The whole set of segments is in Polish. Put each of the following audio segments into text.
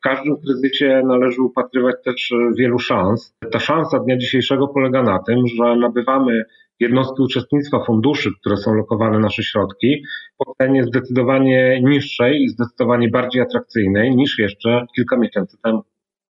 każdym kryzysie należy upatrywać też wielu szans. Ta szansa dnia dzisiejszego polega na tym, że nabywamy jednostki uczestnictwa funduszy, które są lokowane nasze środki, po cenie zdecydowanie niższej i zdecydowanie bardziej atrakcyjnej niż jeszcze kilka miesięcy temu.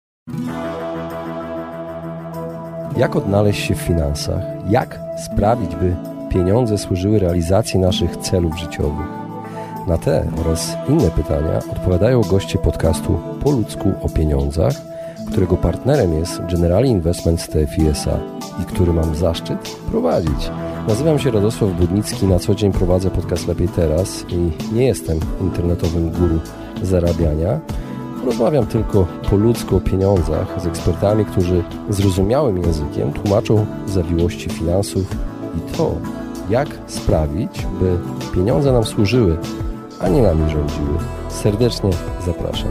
Jak odnaleźć się w finansach? Jak sprawić, by pieniądze służyły realizacji naszych celów życiowych? Na te oraz inne pytania odpowiadają goście podcastu Po ludzku o pieniądzach, którego partnerem jest Generali Investments TFI SA i który mam zaszczyt prowadzić. Nazywam się Radosław Budnicki, na co dzień prowadzę podcast Lepiej Teraz i nie jestem internetowym guru zarabiania. Rozmawiam tylko po ludzku o pieniądzach z ekspertami, którzy zrozumiałym językiem tłumaczą zawiłości finansów i to, jak sprawić, by pieniądze nam służyły, a nie nami rządziły. Serdecznie zapraszam.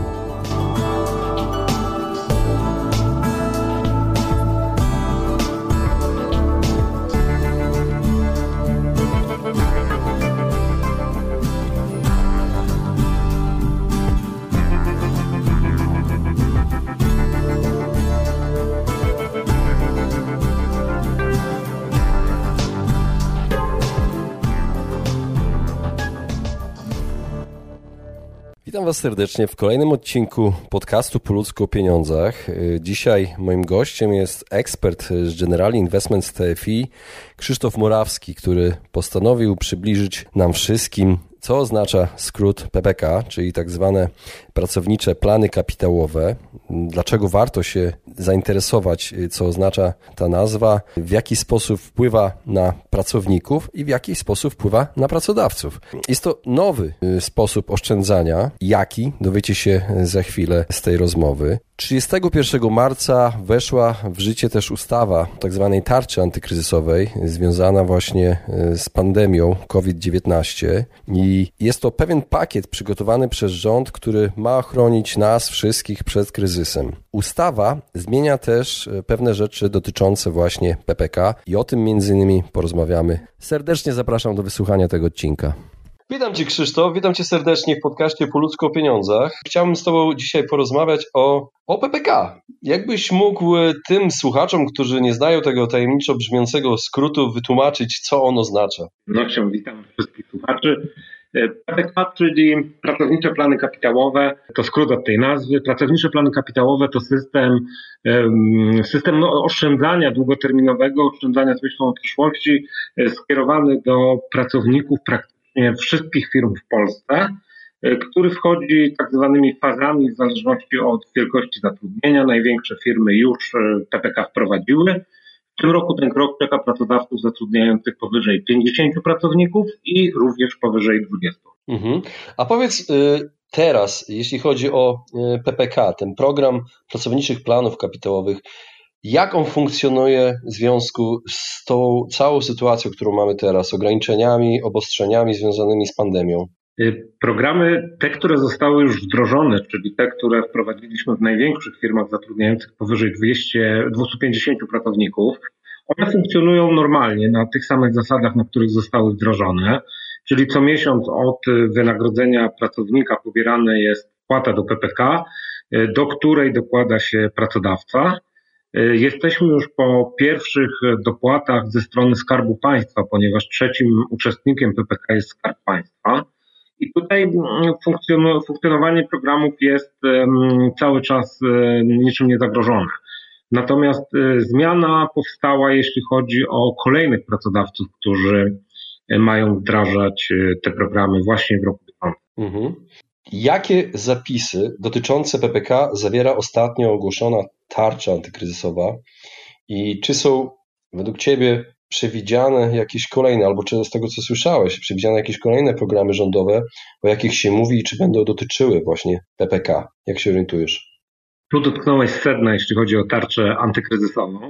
Witam Was serdecznie w kolejnym odcinku podcastu Po ludzku o pieniądzach. Dzisiaj moim gościem jest ekspert z Generali Investments TFI, Krzysztof Morawski, który postanowił przybliżyć nam wszystkim, co oznacza skrót PPK, czyli tak zwane pracownicze plany kapitałowe, dlaczego warto się zainteresować, co oznacza ta nazwa, w jaki sposób wpływa na pracowników i w jaki sposób wpływa na pracodawców. Jest to nowy sposób oszczędzania, jaki dowiecie się za chwilę z tej rozmowy. 31 marca weszła w życie też ustawa tak zwanej tarczy antykryzysowej związana właśnie z pandemią COVID-19 i jest to pewien pakiet przygotowany przez rząd, który ma ochronić nas wszystkich przed kryzysem. Ustawa zmienia też pewne rzeczy dotyczące właśnie PPK i o tym między innymi porozmawiamy. Serdecznie zapraszam do wysłuchania tego odcinka. Witam Cię, Krzysztof, witam Cię serdecznie w podcaście Po ludzku o pieniądzach. Chciałbym z Tobą dzisiaj porozmawiać o PPK. Jakbyś mógł tym słuchaczom, którzy nie znają tego tajemniczo brzmiącego skrótu, wytłumaczyć, co on oznacza? Witam wszystkich słuchaczy. PPK, czyli pracownicze plany kapitałowe, to skrót od tej nazwy. Pracownicze plany kapitałowe to system oszczędzania długoterminowego, oszczędzania z myślą o przyszłości, skierowany do pracowników praktycznie wszystkich firm w Polsce, który wchodzi tak zwanymi fazami w zależności od wielkości zatrudnienia. Największe firmy już PPK wprowadziły. W tym roku ten krok czeka pracodawców zatrudniających powyżej 50 pracowników i również powyżej 20. A powiedz teraz, jeśli chodzi o PPK, ten program pracowniczych planów kapitałowych, jak on funkcjonuje w związku z tą całą sytuacją, którą mamy teraz, ograniczeniami, obostrzeniami związanymi z pandemią? Programy, te, które zostały już wdrożone, czyli te, które wprowadziliśmy w największych firmach zatrudniających powyżej 250 pracowników, one funkcjonują normalnie na tych samych zasadach, na których zostały wdrożone, czyli co miesiąc od wynagrodzenia pracownika pobierana jest wpłata do PPK, do której dokłada się pracodawca. Jesteśmy już po pierwszych dopłatach ze strony Skarbu Państwa, ponieważ trzecim uczestnikiem PPK jest Skarb Państwa. I tutaj funkcjonowanie programów jest cały czas niczym nie zagrożone. Natomiast zmiana powstała, jeśli chodzi o kolejnych pracodawców, którzy mają wdrażać te programy właśnie w roku bieżącym. Jakie zapisy dotyczące PPK zawiera ostatnio ogłoszona tarcza antykryzysowa i czy są według Ciebie przewidziane jakieś kolejne, albo czy z tego co słyszałeś, przewidziane jakieś kolejne programy rządowe, o jakich się mówi i czy będą dotyczyły właśnie PPK? Jak się orientujesz? Tu dotknąłeś sedna, jeśli chodzi o tarczę antykryzysową.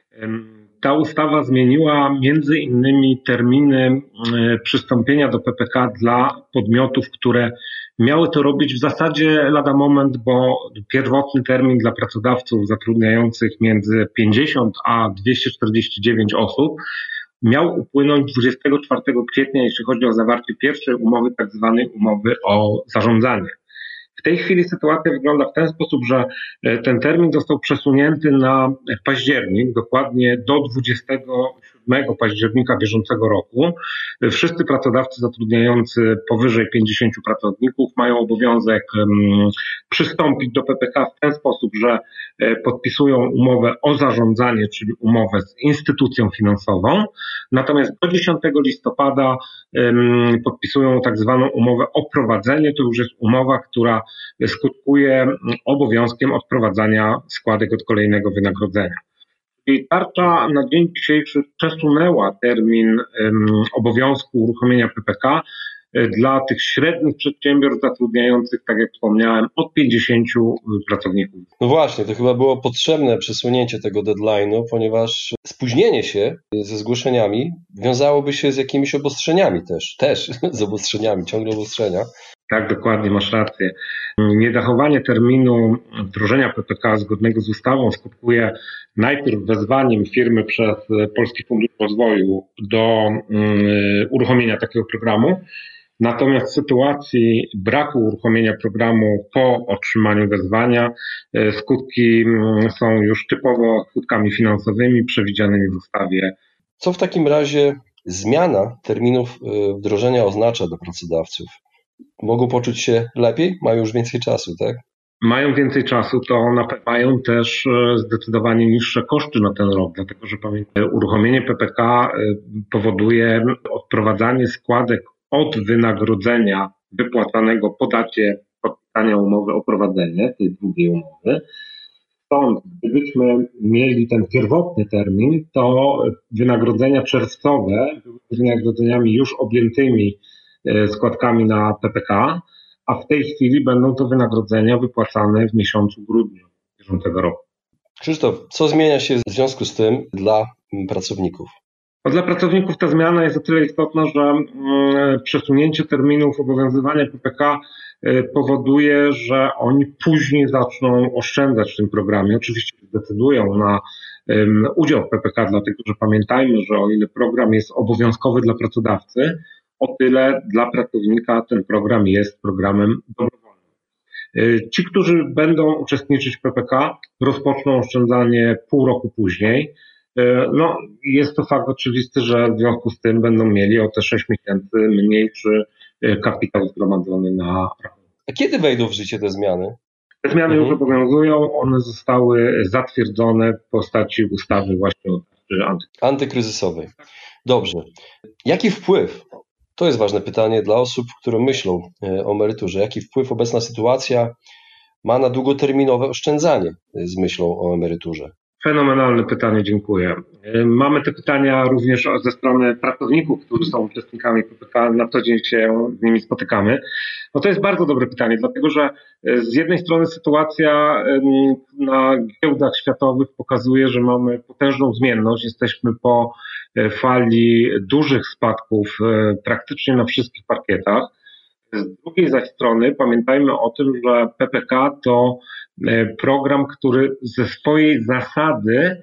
Ta ustawa zmieniła między innymi terminy przystąpienia do PPK dla podmiotów, które miały to robić w zasadzie lada moment, bo pierwotny termin dla pracodawców zatrudniających między 50 a 249 osób miał upłynąć 24 kwietnia, jeśli chodzi o zawarcie pierwszej umowy, tak zwanej umowy o zarządzanie. W tej chwili sytuacja wygląda w ten sposób, że ten termin został przesunięty na październik, dokładnie do 27 października bieżącego roku. Wszyscy pracodawcy zatrudniający powyżej 50 pracowników mają obowiązek przystąpić do PPK w ten sposób, że podpisują umowę o zarządzanie, czyli umowę z instytucją finansową. Natomiast do 10 listopada podpisują tak zwaną umowę o prowadzenie. To już jest umowa, która skutkuje obowiązkiem odprowadzania składek od kolejnego wynagrodzenia. I tarcza na dzień dzisiejszy przesunęła termin obowiązku uruchomienia PPK dla tych średnich przedsiębiorstw zatrudniających, tak jak wspomniałem, od 50 pracowników. No właśnie, to chyba było potrzebne przesunięcie tego deadline'u, ponieważ spóźnienie się ze zgłoszeniami wiązałoby się z jakimiś obostrzeniami też z obostrzeniami, ciągle obostrzenia. Tak, dokładnie, masz rację. Niezachowanie terminu wdrożenia PPK zgodnego z ustawą skutkuje najpierw wezwaniem firmy przez Polski Fundusz Rozwoju do uruchomienia takiego programu. Natomiast w sytuacji braku uruchomienia programu po otrzymaniu wezwania skutki są już typowo skutkami finansowymi przewidzianymi w ustawie. Co w takim razie zmiana terminów wdrożenia oznacza dla pracodawców? Mogą poczuć się lepiej? Mają już więcej czasu, tak? Mają więcej czasu, to mają też zdecydowanie niższe koszty na ten rok, dlatego że uruchomienie PPK powoduje odprowadzanie składek od wynagrodzenia wypłacanego po dacie podpisania umowy o prowadzenie, tej drugiej umowy. Stąd, gdybyśmy mieli ten pierwotny termin, to wynagrodzenia czerwcowe były wynagrodzeniami już objętymi składkami na PPK, a w tej chwili będą to wynagrodzenia wypłacane w miesiącu grudniu bieżącego roku. Krzysztof, co zmienia się w związku z tym dla pracowników? Dla pracowników ta zmiana jest o tyle istotna, że przesunięcie terminów obowiązywania PPK powoduje, że oni później zaczną oszczędzać w tym programie. Oczywiście zdecydują na udział w PPK, dlatego że pamiętajmy, że o ile program jest obowiązkowy dla pracodawcy, o tyle dla pracownika ten program jest programem dobrowolnym. Ci, którzy będą uczestniczyć w PPK, rozpoczną oszczędzanie pół roku później. No, jest to fakt oczywisty, że w związku z tym będą mieli o te 6 miesięcy mniejszy kapitał zgromadzony na rachunku. A kiedy wejdą w życie te zmiany? Te zmiany już obowiązują, one zostały zatwierdzone w postaci ustawy właśnie o tarczy antykryzysowej. Dobrze. Jaki wpływ, to jest ważne pytanie dla osób, które myślą o emeryturze, jaki wpływ obecna sytuacja ma na długoterminowe oszczędzanie z myślą o emeryturze? Fenomenalne pytanie, dziękuję. Mamy te pytania również ze strony pracowników, którzy są uczestnikami PPK, na co dzień się z nimi spotykamy. No to jest bardzo dobre pytanie, dlatego że z jednej strony sytuacja na giełdach światowych pokazuje, że mamy potężną zmienność, jesteśmy po fali dużych spadków praktycznie na wszystkich parkietach. Z drugiej zaś strony pamiętajmy o tym, że PPK to program, który ze swojej zasady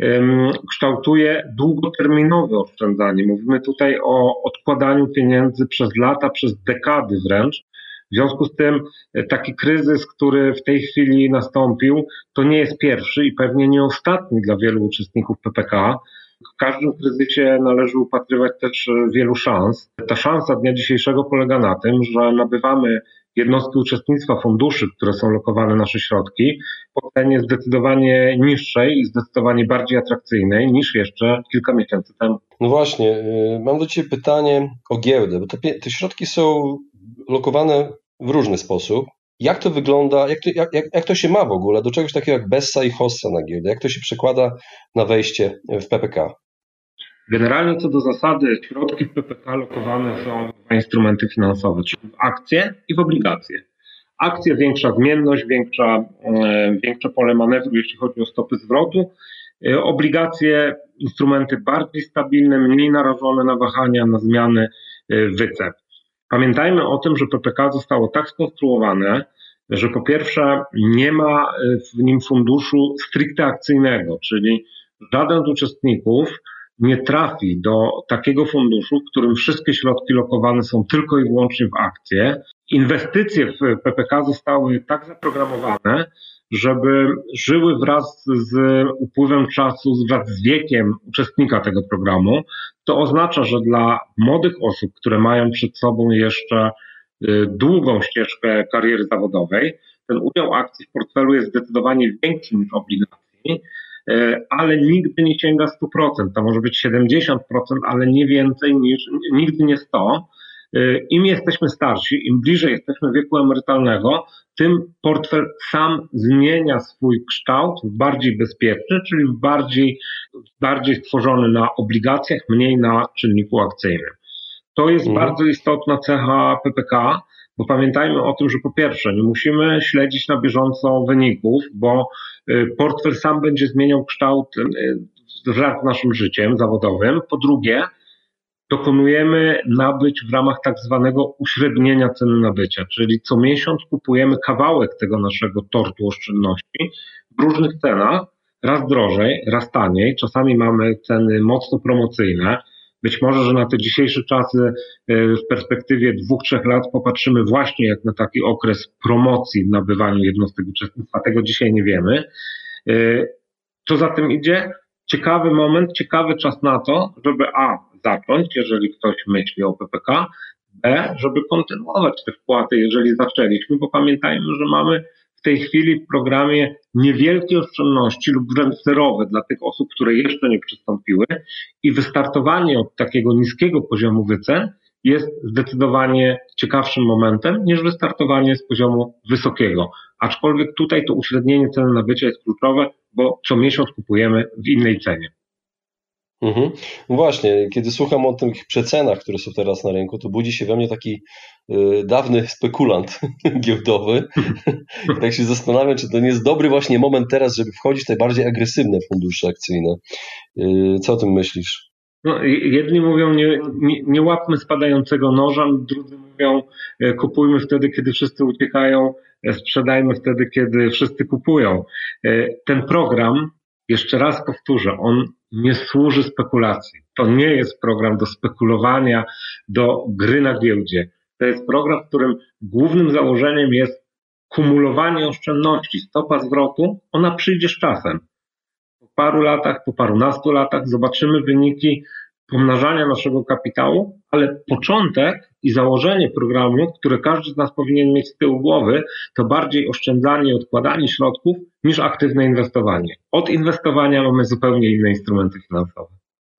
kształtuje długoterminowe oszczędzanie. Mówimy tutaj o odkładaniu pieniędzy przez lata, przez dekady wręcz. W związku z tym taki kryzys, który w tej chwili nastąpił, to nie jest pierwszy i pewnie nie ostatni dla wielu uczestników PPK. W każdym kryzysie należy upatrywać też wielu szans. Ta szansa dnia dzisiejszego polega na tym, że nabywamy jednostki uczestnictwa funduszy, które są lokowane nasze środki, po cenie zdecydowanie niższej i zdecydowanie bardziej atrakcyjnej niż jeszcze kilka miesięcy temu. No właśnie, mam do Ciebie pytanie o giełdę, bo te środki są lokowane w różny sposób. Jak to wygląda, jak to się ma w ogóle do czegoś takiego jak Bessa i Hossa na giełdę? Jak to się przekłada na wejście w PPK? Generalnie co do zasady środki w PPK lokowane są w instrumenty finansowe, czyli w akcje i w obligacje. Akcje większa zmienność, większe pole manewru, jeśli chodzi o stopy zwrotu. Obligacje, instrumenty bardziej stabilne, mniej narażone na wahania, na zmiany wycen. Pamiętajmy o tym, że PPK zostało tak skonstruowane, że po pierwsze nie ma w nim funduszu stricte akcyjnego, czyli żaden z uczestników nie trafi do takiego funduszu, w którym wszystkie środki lokowane są tylko i wyłącznie w akcje. Inwestycje w PPK zostały tak zaprogramowane, żeby żyły wraz z upływem czasu, wraz z wiekiem uczestnika tego programu. To oznacza, że dla młodych osób, które mają przed sobą jeszcze długą ścieżkę kariery zawodowej, ten udział akcji w portfelu jest zdecydowanie większy niż obligacji, ale nigdy nie sięga 100%. To może być 70%, ale nie więcej nigdy nie 100%. Im jesteśmy starsi, im bliżej jesteśmy wieku emerytalnego, tym portfel sam zmienia swój kształt w bardziej bezpieczny, czyli bardziej stworzony na obligacjach, mniej na czynniku akcyjnym. To jest bardzo istotna cecha PPK, bo pamiętajmy o tym, że po pierwsze nie musimy śledzić na bieżąco wyników, bo portfel sam będzie zmieniał kształt wraz z naszym życiem zawodowym. Po drugie, dokonujemy nabyć w ramach tak zwanego uśrednienia ceny nabycia, czyli co miesiąc kupujemy kawałek tego naszego tortu oszczędności w różnych cenach, raz drożej, raz taniej, czasami mamy ceny mocno promocyjne. Być może, że na te dzisiejsze czasy w perspektywie 2-3 lat popatrzymy właśnie jak na taki okres promocji w nabywaniu jednostek uczestnictwa. Tego dzisiaj nie wiemy. Co za tym idzie? Ciekawy moment, ciekawy czas na to, żeby zacząć, jeżeli ktoś myśli o PPK, żeby kontynuować te wpłaty, jeżeli zaczęliśmy, bo pamiętajmy, że mamy w tej chwili w programie niewielkie oszczędności lub wręcz zerowe dla tych osób, które jeszcze nie przystąpiły i wystartowanie od takiego niskiego poziomu wycen jest zdecydowanie ciekawszym momentem niż wystartowanie z poziomu wysokiego. Aczkolwiek tutaj to uśrednienie ceny nabycia jest kluczowe, bo co miesiąc kupujemy w innej cenie. No właśnie, kiedy słucham o tych przecenach, które są teraz na rynku, to budzi się we mnie taki dawny spekulant giełdowy. Tak się zastanawiam, czy to nie jest dobry właśnie moment teraz, żeby wchodzić w najbardziej agresywne fundusze akcyjne. Co o tym myślisz? No, jedni mówią, nie łapmy spadającego noża, drudzy mówią, kupujmy wtedy, kiedy wszyscy uciekają, sprzedajmy wtedy, kiedy wszyscy kupują. Ten program, jeszcze raz powtórzę, on nie służy spekulacji. To nie jest program do spekulowania, do gry na giełdzie. To jest program, w którym głównym założeniem jest kumulowanie oszczędności. Stopa zwrotu, ona przyjdzie z czasem. Po paru latach, po parunastu latach zobaczymy wyniki pomnażania naszego kapitału, ale początek i założenie programu, które każdy z nas powinien mieć z tyłu głowy, to bardziej oszczędzanie i odkładanie środków niż aktywne inwestowanie. Od inwestowania mamy zupełnie inne instrumenty finansowe.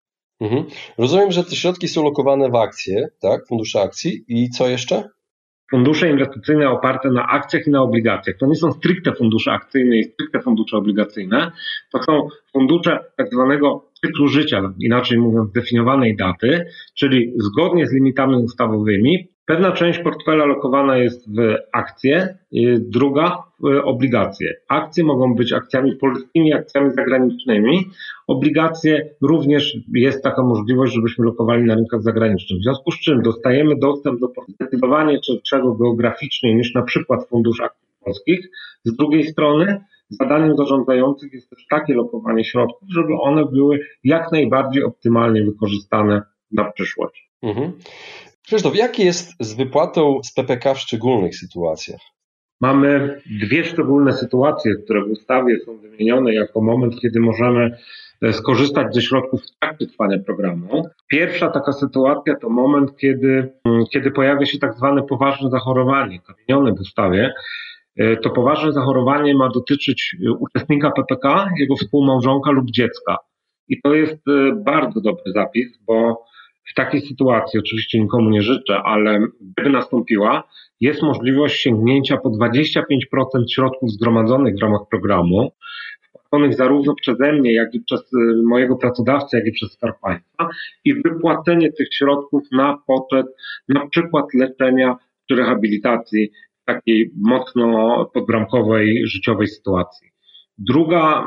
Rozumiem, że te środki są lokowane w akcje, tak? Fundusze akcji i co jeszcze? Fundusze inwestycyjne oparte na akcjach i na obligacjach. To nie są stricte fundusze akcyjne i stricte fundusze obligacyjne. To są fundusze tak zwanego cyklu życia, inaczej mówiąc zdefiniowanej daty, czyli zgodnie z limitami ustawowymi pewna część portfela lokowana jest w akcje, druga w obligacje. Akcje mogą być akcjami polskimi, akcjami zagranicznymi. Obligacje również jest taka możliwość, żebyśmy lokowali na rynkach zagranicznych. W związku z czym dostajemy dostęp do zdecydowanie czego geograficznie niż na przykład fundusz akcji polskich. Z drugiej strony zadaniem zarządzających jest też takie lokowanie środków, żeby one były jak najbardziej optymalnie wykorzystane na przyszłość. Krzysztof, jak jest z wypłatą z PPK w szczególnych sytuacjach? Mamy dwie szczególne sytuacje, które w ustawie są wymienione jako moment, kiedy możemy skorzystać ze środków w trakcie trwania programu. Pierwsza taka sytuacja to moment, kiedy pojawia się tak zwane poważne zachorowanie, wymienione w ustawie. To poważne zachorowanie ma dotyczyć uczestnika PPK, jego współmałżonka lub dziecka. I to jest bardzo dobry zapis, bo w takiej sytuacji, oczywiście nikomu nie życzę, ale gdyby nastąpiła, jest możliwość sięgnięcia po 25% środków zgromadzonych w ramach programu, wpłaconych zarówno przeze mnie, jak i przez mojego pracodawcę, jak i przez Skarb Państwa i wypłacenie tych środków na poczet na przykład leczenia czy rehabilitacji w takiej mocno podbramkowej, życiowej sytuacji. Druga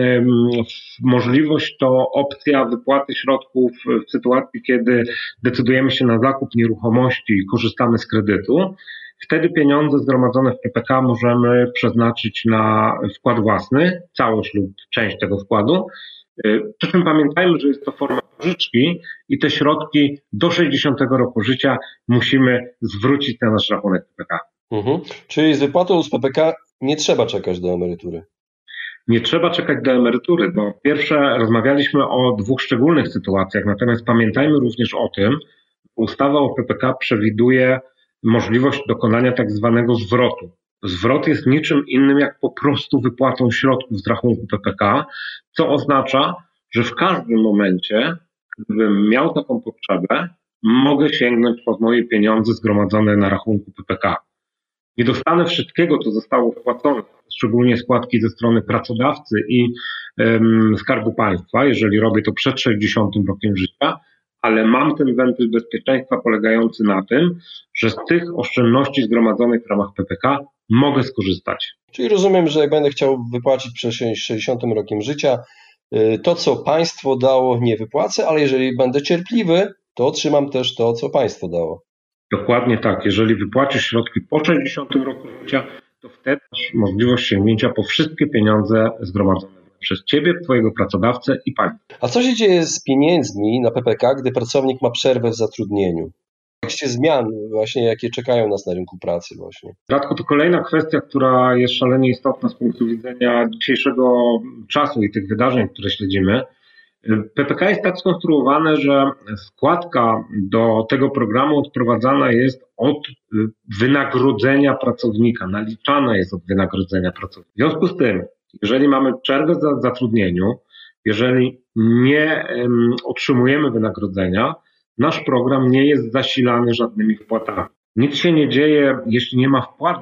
możliwość to opcja wypłaty środków w sytuacji, kiedy decydujemy się na zakup nieruchomości i korzystamy z kredytu. Wtedy pieniądze zgromadzone w PPK możemy przeznaczyć na wkład własny, całość lub część tego wkładu Przy czym pamiętajmy, że jest to forma pożyczki i te środki do 60 roku życia musimy zwrócić na nasz rachunek PPK. Czyli z wypłatą z PPK nie trzeba czekać do emerytury. Nie trzeba czekać do emerytury, bo pierwsze rozmawialiśmy o dwóch szczególnych sytuacjach, natomiast pamiętajmy również o tym, że ustawa o PPK przewiduje możliwość dokonania tak zwanego zwrotu. Zwrot jest niczym innym jak po prostu wypłatą środków z rachunku PPK, co oznacza, że w każdym momencie, gdybym miał taką potrzebę, mogę sięgnąć po moje pieniądze zgromadzone na rachunku PPK. Nie dostanę wszystkiego, co zostało wpłacone, szczególnie składki ze strony pracodawcy i Skarbu Państwa, jeżeli robię to przed 60 rokiem życia, ale mam ten wentyl bezpieczeństwa polegający na tym, że z tych oszczędności zgromadzonych w ramach PPK mogę skorzystać. Czyli rozumiem, że jak będę chciał wypłacić przed 60 rokiem życia, to co państwo dało nie wypłacę, ale jeżeli będę cierpliwy, to otrzymam też to, co państwo dało. Dokładnie tak. Jeżeli wypłacisz środki po 60 roku życia, to wtedy masz możliwość sięgnięcia po wszystkie pieniądze zgromadzone przez Ciebie, Twojego pracodawcę i państwa. A co się dzieje z pieniędzmi na PPK, gdy pracownik ma przerwę w zatrudnieniu? Jakie zmian właśnie, jakie czekają nas na rynku pracy właśnie? Radku, to kolejna kwestia, która jest szalenie istotna z punktu widzenia dzisiejszego czasu i tych wydarzeń, które śledzimy. PPK jest tak skonstruowane, że składka do tego programu odprowadzana jest od wynagrodzenia pracownika, naliczana jest od wynagrodzenia pracownika. W związku z tym, jeżeli mamy przerwę w zatrudnieniu, jeżeli nie otrzymujemy wynagrodzenia, nasz program nie jest zasilany żadnymi wpłatami. Nic się nie dzieje, jeśli nie ma wpłat,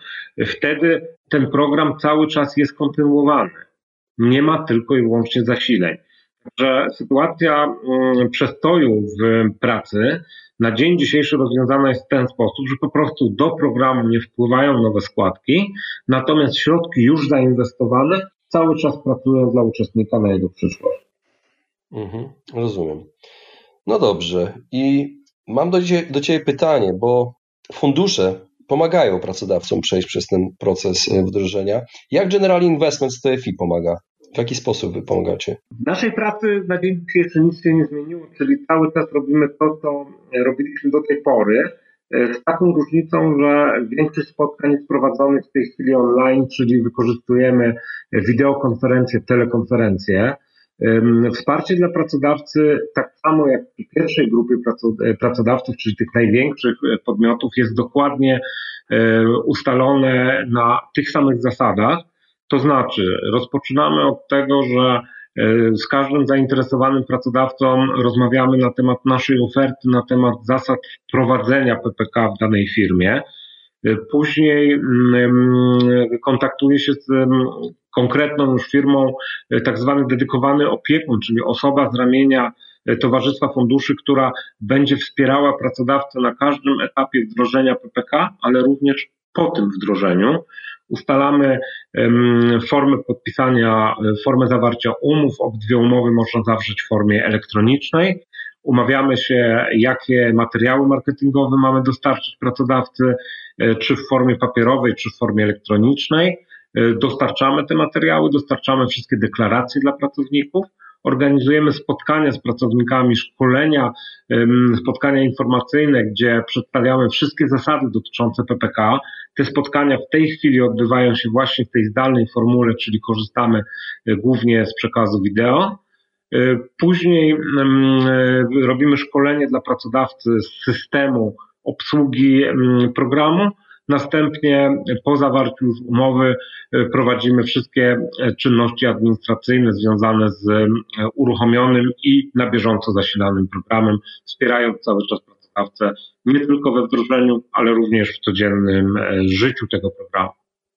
wtedy ten program cały czas jest kontynuowany. Nie ma tylko i wyłącznie zasileń. Także sytuacja przestoju w pracy na dzień dzisiejszy rozwiązana jest w ten sposób, że po prostu do programu nie wpływają nowe składki, natomiast środki już zainwestowane cały czas pracują dla uczestnika na jego przyszłość. Rozumiem. No dobrze. I mam do Ciebie pytanie, bo fundusze pomagają pracodawcom przejść przez ten proces wdrożenia. Jak General Investment z TFI pomaga? W jaki sposób Wy pomagacie? W naszej pracy na dzień dzisiejszy nic się nie zmieniło, czyli cały czas robimy to, co robiliśmy do tej pory, z taką różnicą, że większość spotkań jest prowadzonych w tej chwili online, czyli wykorzystujemy wideokonferencje, telekonferencje. Wsparcie dla pracodawcy, tak samo jak w pierwszej grupie pracodawców, czyli tych największych podmiotów, jest dokładnie ustalone na tych samych zasadach. To znaczy, rozpoczynamy od tego, że z każdym zainteresowanym pracodawcą rozmawiamy na temat naszej oferty, na temat zasad wprowadzenia PPK w danej firmie. Później kontaktuje się z konkretną już firmą tak zwany dedykowany opiekun, czyli osoba z ramienia Towarzystwa Funduszy, która będzie wspierała pracodawcę na każdym etapie wdrożenia PPK, ale również po tym wdrożeniu. Ustalamy formę podpisania, formę zawarcia umów. Obydwie umowy można zawrzeć w formie elektronicznej. Umawiamy się, jakie materiały marketingowe mamy dostarczyć pracodawcy, czy w formie papierowej, czy w formie elektronicznej. Dostarczamy te materiały, dostarczamy wszystkie deklaracje dla pracowników. Organizujemy spotkania z pracownikami, szkolenia, spotkania informacyjne, gdzie przedstawiamy wszystkie zasady dotyczące PPK. Te spotkania w tej chwili odbywają się właśnie w tej zdalnej formule, czyli korzystamy głównie z przekazu wideo. Później robimy szkolenie dla pracodawcy z systemu obsługi programu. Następnie po zawarciu już umowy prowadzimy wszystkie czynności administracyjne związane z uruchomionym i na bieżąco zasilanym programem, wspierając cały czas pracodawcę nie tylko we wdrożeniu, ale również w codziennym życiu tego programu.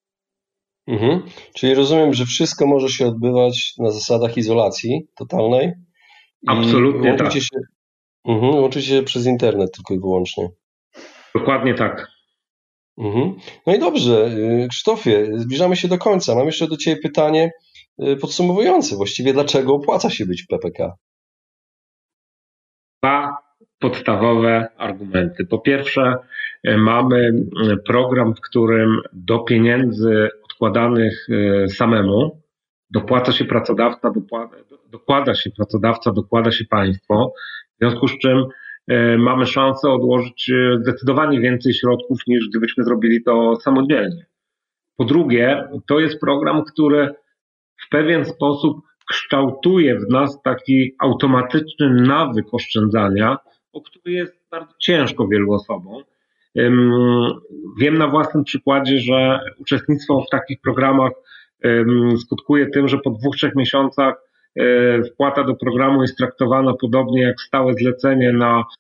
Czyli rozumiem, że wszystko może się odbywać na zasadach izolacji totalnej? Absolutnie tak. Łączycie się przez internet tylko i wyłącznie. Dokładnie tak. No i dobrze, Krzysztofie, zbliżamy się do końca. Mam jeszcze do Ciebie pytanie podsumowujące. Właściwie dlaczego opłaca się być w PPK? Dwa podstawowe argumenty. Po pierwsze, mamy program, w którym do pieniędzy odkładanych samemu dopłaca się pracodawca, dokłada się pracodawca, dokłada się państwo, w związku z czym mamy szansę odłożyć zdecydowanie więcej środków, niż gdybyśmy zrobili to samodzielnie. Po drugie, to jest program, który w pewien sposób kształtuje w nas taki automatyczny nawyk oszczędzania, o który jest bardzo ciężko wielu osobom. Wiem na własnym przykładzie, że uczestnictwo w takich programach skutkuje tym, że po 2-3 miesiącach wpłata do programu jest traktowana podobnie jak stałe zlecenie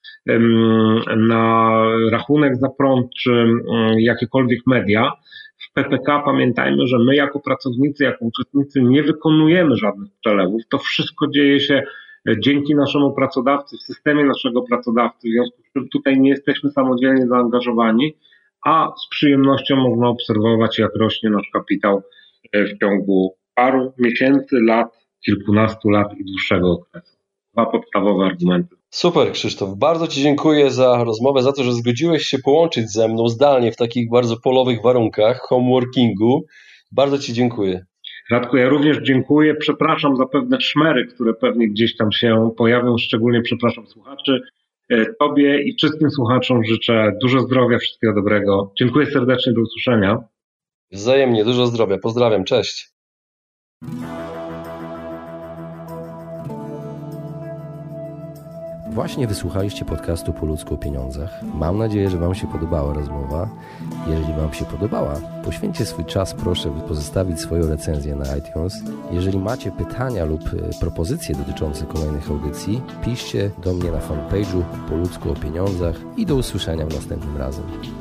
na rachunek za prąd czy jakiekolwiek media. W PPK pamiętajmy, że my jako pracownicy, jako uczestnicy nie wykonujemy żadnych przelewów. To wszystko dzieje się dzięki naszemu pracodawcy, w systemie naszego pracodawcy, w związku z czym tutaj nie jesteśmy samodzielnie zaangażowani, a z przyjemnością można obserwować, jak rośnie nasz kapitał w ciągu paru miesięcy, lat, kilkunastu lat i dłuższego okresu. 2 podstawowe argumenty. Super, Krzysztof. Bardzo Ci dziękuję za rozmowę, za to, że zgodziłeś się połączyć ze mną zdalnie w takich bardzo polowych warunkach homeworkingu. Bardzo Ci dziękuję. Radku, ja również dziękuję. Przepraszam za pewne szmery, które pewnie gdzieś tam się pojawią. Szczególnie przepraszam słuchaczy. Tobie i wszystkim słuchaczom życzę dużo zdrowia, wszystkiego dobrego. Dziękuję serdecznie, do usłyszenia. Wzajemnie, dużo zdrowia. Pozdrawiam, cześć. Właśnie wysłuchaliście podcastu Po ludzku o pieniądzach. Mam nadzieję, że Wam się podobała rozmowa. Jeżeli Wam się podobała, poświęćcie swój czas, proszę, by pozostawić swoją recenzję na iTunes. Jeżeli macie pytania lub propozycje dotyczące kolejnych audycji, piszcie do mnie na fanpage'u Po ludzku o pieniądzach i do usłyszenia następnym razem.